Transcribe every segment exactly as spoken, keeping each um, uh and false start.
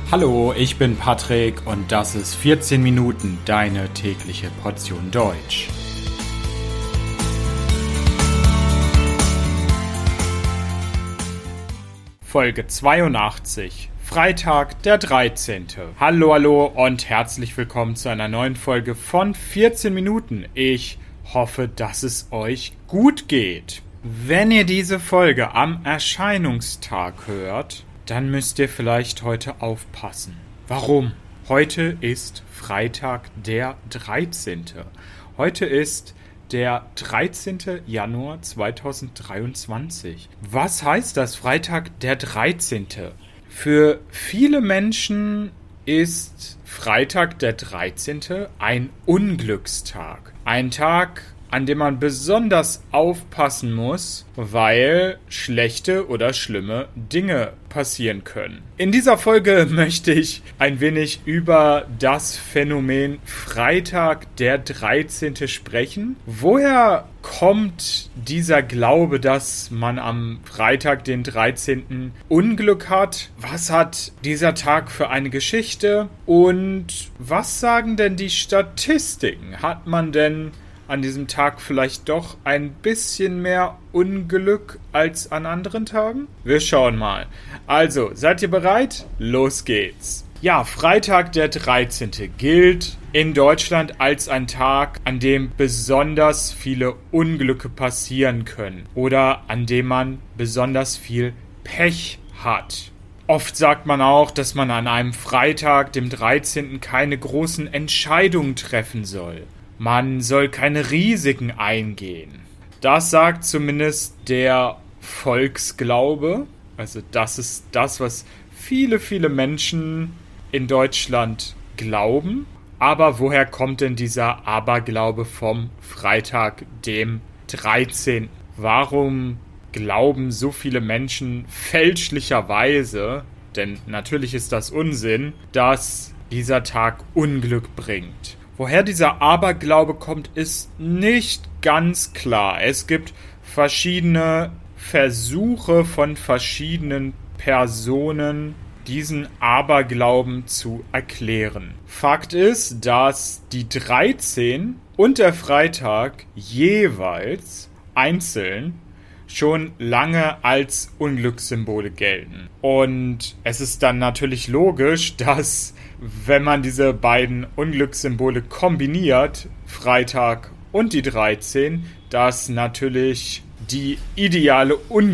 Hallo, ich bin Patrick und das ist vierzehn Minuten, deine tägliche Portion Deutsch. Folge zweiundachtzig, Freitag, der dreizehnte. Hallo, hallo und herzlich willkommen zu einer neuen Folge von vierzehn Minuten. Ich hoffe, dass es euch gut geht. Wenn ihr diese Folge am Erscheinungstag hört, dann müsst ihr vielleicht heute aufpassen. Warum? Heute ist Freitag, der dreizehnte. Heute ist der dreizehnte Januar zweitausenddreiundzwanzig. Was heißt das, Freitag, der dreizehnte? Für viele Menschen ist Freitag, der dreizehnte ein Unglückstag. Ein Tag, an dem man besonders aufpassen muss, weil schlechte oder schlimme Dinge passieren können. In dieser Folge möchte ich ein wenig über das Phänomen Freitag der dreizehnte sprechen. Woher kommt dieser Glaube, dass man am Freitag, den dreizehnten Unglück hat? Was hat dieser Tag für eine Geschichte? Und was sagen denn die Statistiken? Hat man denn an diesem Tag vielleicht doch ein bisschen mehr Unglück als an anderen Tagen? Wir schauen mal. Also, seid ihr bereit? Los geht's. Ja, Freitag der dreizehnte gilt in Deutschland als ein Tag, an dem besonders viele Unglücke passieren können oder an dem man besonders viel Pech hat. Oft sagt man auch, dass man an einem Freitag, dem dreizehnten, keine großen Entscheidungen treffen soll. Man soll keine Risiken eingehen. Das sagt zumindest der Volksglaube. Also das ist das, was viele, viele Menschen in Deutschland glauben. Aber woher kommt denn dieser Aberglaube vom Freitag, dem dreizehnten? Warum glauben so viele Menschen fälschlicherweise, denn natürlich ist das Unsinn, dass dieser Tag Unglück bringt? Woher dieser Aberglaube kommt, ist nicht ganz klar. Es gibt verschiedene Versuche von verschiedenen Personen, diesen Aberglauben zu erklären. Fakt ist, dass die dreizehn und der Freitag jeweils einzeln schon lange als Unglückssymbole gelten. Und es ist dann natürlich logisch, dass, wenn man diese beiden Unglückssymbole kombiniert, Freitag und die dreizehn, das natürlich die ideale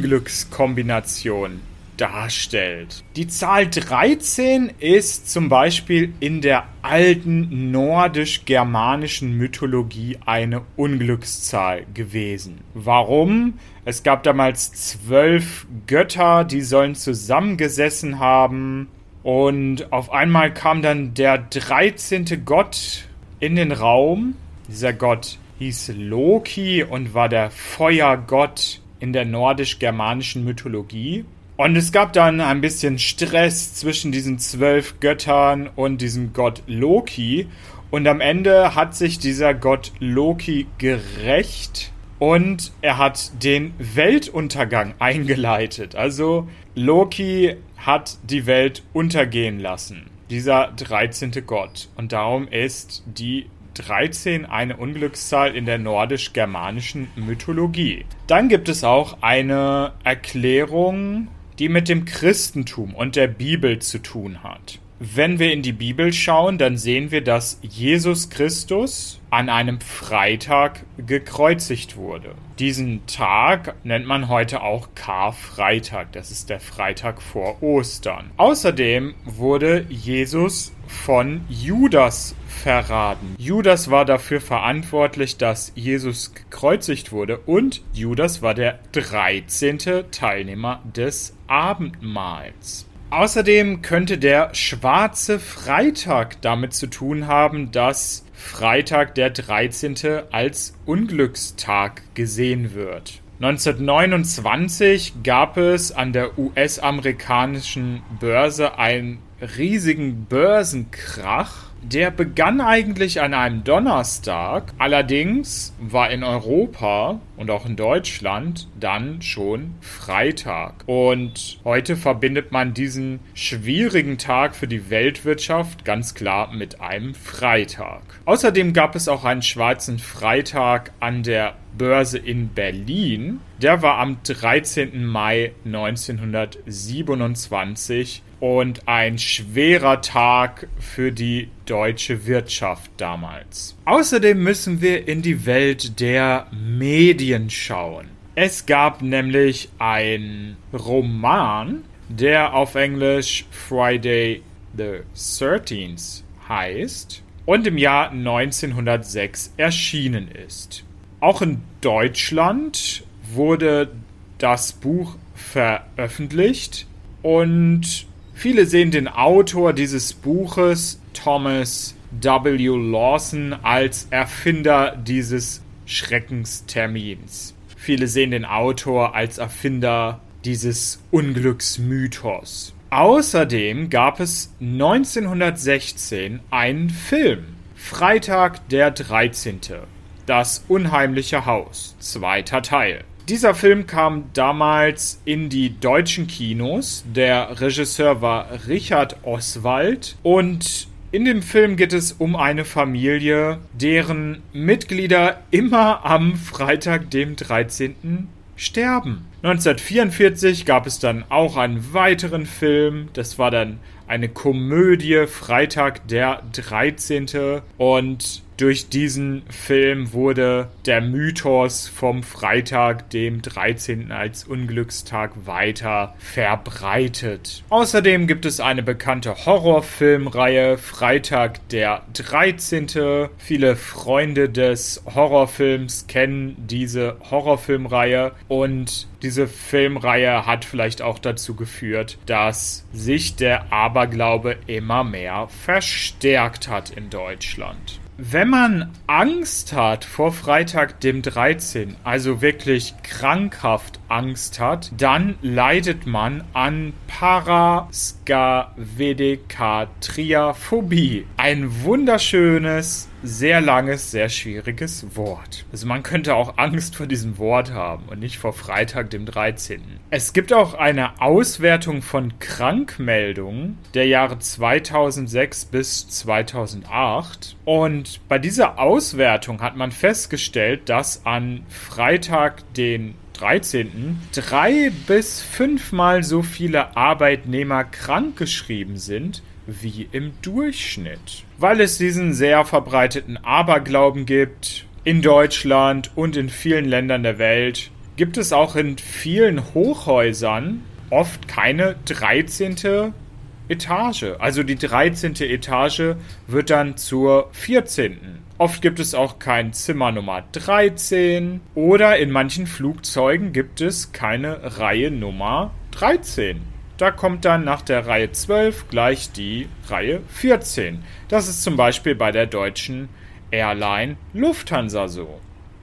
Unglückskombination darstellt. Die Zahl dreizehn ist zum Beispiel in der alten nordisch-germanischen Mythologie eine Unglückszahl gewesen. Warum? Es gab damals zwölf Götter, die sollen zusammengesessen haben, und auf einmal kam dann der dreizehnte Gott in den Raum. Dieser Gott hieß Loki und war der Feuergott in der nordisch-germanischen Mythologie. Und es gab dann ein bisschen Stress zwischen diesen zwölf Göttern und diesem Gott Loki. Und am Ende hat sich dieser Gott Loki gerächt und er hat den Weltuntergang eingeleitet. Also Loki hat die Welt untergehen lassen, dieser dreizehnte Gott. Und darum ist die dreizehn eine Unglückszahl in der nordisch-germanischen Mythologie. Dann gibt es auch eine Erklärung, die mit dem Christentum und der Bibel zu tun hat. Wenn wir in die Bibel schauen, dann sehen wir, dass Jesus Christus an einem Freitag gekreuzigt wurde. Diesen Tag nennt man heute auch Karfreitag. Das ist der Freitag vor Ostern. Außerdem wurde Jesus von Judas verraten. Judas war dafür verantwortlich, dass Jesus gekreuzigt wurde, und Judas war der dreizehnte Teilnehmer des Abendmahls. Außerdem könnte der schwarze Freitag damit zu tun haben, dass Freitag der dreizehnte als Unglückstag gesehen wird. neunzehnhundertneunundzwanzig gab es an der U S-amerikanischen Börse ein riesigen Börsenkrach. Der begann eigentlich an einem Donnerstag, allerdings war in Europa und auch in Deutschland dann schon Freitag. Und heute verbindet man diesen schwierigen Tag für die Weltwirtschaft ganz klar mit einem Freitag. Außerdem gab es auch einen schwarzen Freitag an der Börse in Berlin. Der war am dreizehnten Mai neunzehnhundertsiebenundzwanzig und ein schwerer Tag für die deutsche Wirtschaft damals. Außerdem müssen wir in die Welt der Medien schauen. Es gab nämlich einen Roman, der auf Englisch Friday the thirteenth heißt und im Jahr neunzehnhundertsechs erschienen ist. Auch in Deutschland wurde das Buch veröffentlicht und viele sehen den Autor dieses Buches, Thomas W. Lawson, als Erfinder dieses Schreckenstermins. Viele sehen den Autor als Erfinder dieses Unglücksmythos. Außerdem gab es neunzehnhundertsechzehn einen Film, Freitag der dreizehnte. Das unheimliche Haus, zweiter Teil. Dieser Film kam damals in die deutschen Kinos. Der Regisseur war Richard Oswald und in dem Film geht es um eine Familie, deren Mitglieder immer am Freitag, dem dreizehnten sterben. neunzehnhundertvierundvierzig gab es dann auch einen weiteren Film. Das war dann eine Komödie, Freitag der dreizehnte. Und durch diesen Film wurde der Mythos vom Freitag, dem dreizehnten als Unglückstag weiter verbreitet. Außerdem gibt es eine bekannte Horrorfilmreihe, Freitag der dreizehnte. Viele Freunde des Horrorfilms kennen diese Horrorfilmreihe und diese Filmreihe hat vielleicht auch dazu geführt, dass sich der Aberglaube immer mehr verstärkt hat in Deutschland. Wenn man Angst hat vor Freitag dem dreizehnten, also wirklich krankhaft Angst hat, dann leidet man an Paraskavedekatriaphobie. Ein wunderschönes, sehr langes, sehr schwieriges Wort. Also man könnte auch Angst vor diesem Wort haben und nicht vor Freitag dem dreizehnten. Es gibt auch eine Auswertung von Krankmeldungen der Jahre zweitausendsechs bis zweitausendacht und bei dieser Auswertung hat man festgestellt, dass an Freitag den dreizehnten drei bis fünfmal so viele Arbeitnehmer krankgeschrieben sind wie im Durchschnitt. Weil es diesen sehr verbreiteten Aberglauben gibt, in Deutschland und in vielen Ländern der Welt, gibt es auch in vielen Hochhäusern oft keine dreizehnte Etage. Also die dreizehnte Etage wird dann zur vierzehnten Oft gibt es auch kein Zimmer Nummer dreizehn oder in manchen Flugzeugen gibt es keine Reihe Nummer dreizehn. Da kommt dann nach der Reihe zwölf gleich die Reihe vierzehn. Das ist zum Beispiel bei der deutschen Airline Lufthansa so.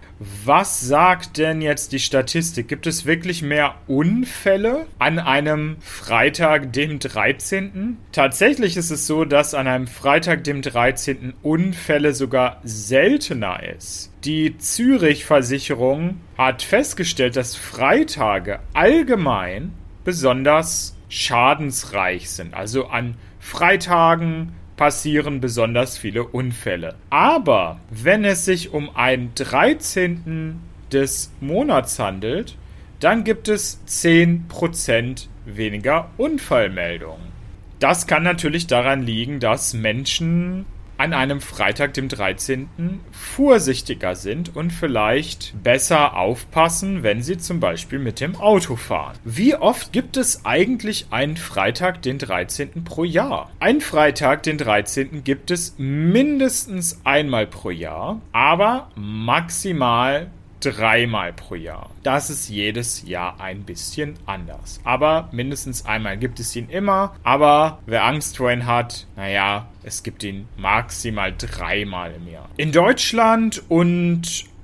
Was sagt denn jetzt die Statistik? Gibt es wirklich mehr Unfälle an einem Freitag, dem dreizehnten? Tatsächlich ist es so, dass an einem Freitag, dem dreizehnten Unfälle sogar seltener ist. Die Zürich-Versicherung hat festgestellt, dass Freitage allgemein besonders schadensreich sind. Also an Freitagen passieren besonders viele Unfälle. Aber wenn es sich um einen dreizehnten des Monats handelt, dann gibt es zehn Prozent weniger Unfallmeldungen. Das kann natürlich daran liegen, dass Menschen an einem Freitag, dem dreizehnten vorsichtiger sind und vielleicht besser aufpassen, wenn sie zum Beispiel mit dem Auto fahren. Wie oft gibt es eigentlich einen Freitag, den dreizehnten pro Jahr? Einen Freitag, den dreizehnten gibt es mindestens einmal pro Jahr, aber maximal dreimal pro Jahr. Das ist jedes Jahr ein bisschen anders. Aber mindestens einmal gibt es ihn immer. Aber wer Angst vor ihm hat, naja, es gibt ihn maximal dreimal im Jahr. In Deutschland und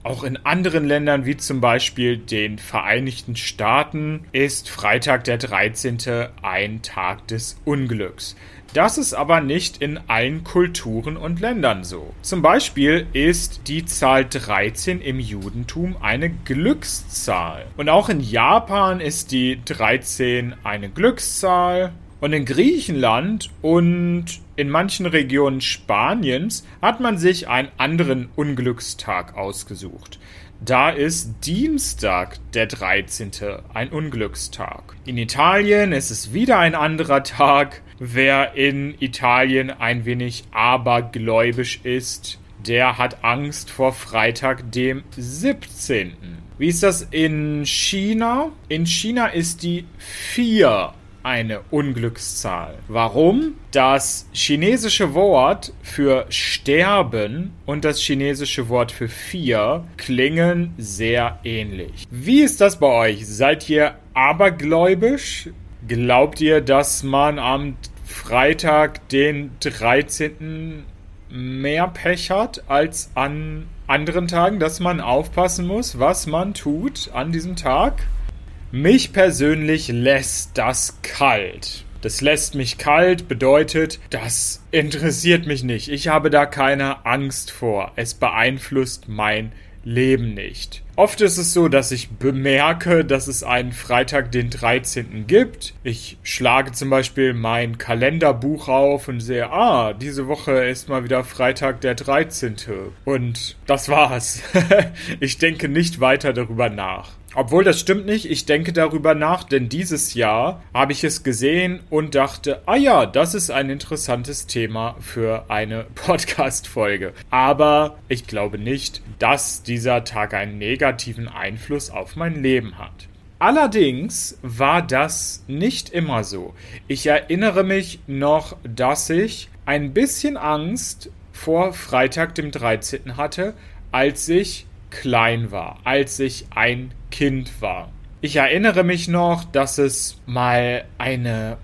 Auch in anderen Ländern, wie zum Beispiel den Vereinigten Staaten, ist Freitag der dreizehnte ein Tag des Unglücks. Das ist aber nicht in allen Kulturen und Ländern so. Zum Beispiel ist die Zahl dreizehn im Judentum eine Glückszahl. Und auch in Japan ist die dreizehn eine Glückszahl. Und in Griechenland und in manchen Regionen Spaniens hat man sich einen anderen Unglückstag ausgesucht. Da ist Dienstag der dreizehnte ein Unglückstag. In Italien ist es wieder ein anderer Tag. Wer in Italien ein wenig abergläubisch ist, der hat Angst vor Freitag dem siebzehnten Wie ist das in China? In China ist die vier eine Unglückszahl. Warum? Das chinesische Wort für sterben und das chinesische Wort für vier klingen sehr ähnlich. Wie ist das bei euch? Seid ihr abergläubisch? Glaubt ihr, dass man am Freitag, den dreizehnten mehr Pech hat als an anderen Tagen, dass man aufpassen muss, was man tut an diesem Tag? Mich persönlich lässt das kalt. Das lässt mich kalt bedeutet, das interessiert mich nicht. Ich habe da keine Angst vor. Es beeinflusst mein Leben nicht. Oft ist es so, dass ich bemerke, dass es einen Freitag, den dreizehnten gibt. Ich schlage zum Beispiel mein Kalenderbuch auf und sehe, ah, diese Woche ist mal wieder Freitag, der dreizehnte Und das war's. Ich denke nicht weiter darüber nach. Obwohl, das stimmt nicht, ich denke darüber nach, denn dieses Jahr habe ich es gesehen und dachte, ah ja, das ist ein interessantes Thema für eine Podcast-Folge. Aber ich glaube nicht, dass dieser Tag einen negativen Einfluss auf mein Leben hat. Allerdings war das nicht immer so. Ich erinnere mich noch, dass ich ein bisschen Angst vor Freitag, dem dreizehnten hatte, als ich klein war, als ich ein Kind war. Ich erinnere mich noch, dass es mal eine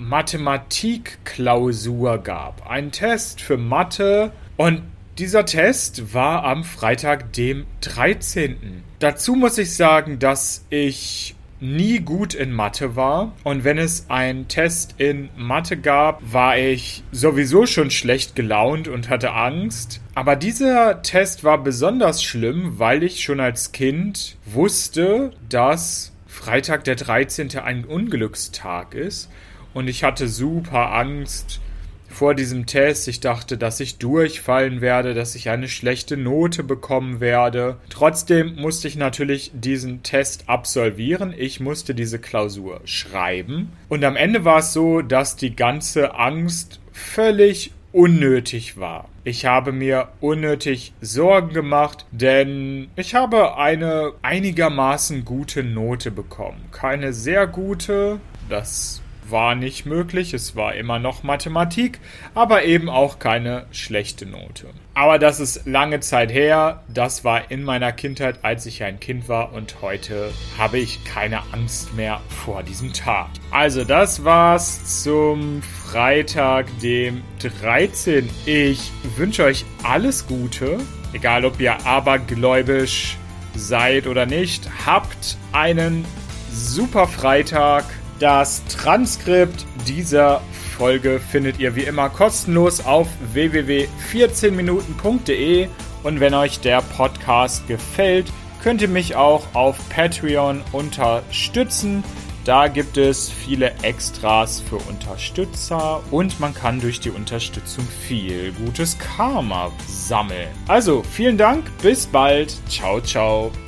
Mathematikklausur gab. Ein Test für Mathe und dieser Test war am Freitag, dem dreizehnten Dazu muss ich sagen, dass ich nie gut in Mathe war und wenn es einen Test in Mathe gab, war ich sowieso schon schlecht gelaunt und hatte Angst. Aber dieser Test war besonders schlimm, weil ich schon als Kind wusste, dass Freitag der dreizehnte ein Unglückstag ist und ich hatte super Angst vor diesem Test. Ich dachte, dass ich durchfallen werde, dass ich eine schlechte Note bekommen werde. Trotzdem musste ich natürlich diesen Test absolvieren. Ich musste diese Klausur schreiben. Und am Ende war es so, dass die ganze Angst völlig unnötig war. Ich habe mir unnötig Sorgen gemacht, denn ich habe eine einigermaßen gute Note bekommen. Keine sehr gute, das war nicht möglich, es war immer noch Mathematik, aber eben auch keine schlechte Note. Aber das ist lange Zeit her, das war in meiner Kindheit, als ich ein Kind war und heute habe ich keine Angst mehr vor diesem Tag. Also das war's zum Freitag, dem dreizehnten Ich wünsche euch alles Gute, egal ob ihr abergläubisch seid oder nicht, habt einen super Freitag. Das Transkript dieser Folge findet ihr wie immer kostenlos auf w w w punkt vierzehn minuten punkt de und wenn euch der Podcast gefällt, könnt ihr mich auch auf Patreon unterstützen. Da gibt es viele Extras für Unterstützer und man kann durch die Unterstützung viel gutes Karma sammeln. Also, vielen Dank, bis bald, ciao, ciao.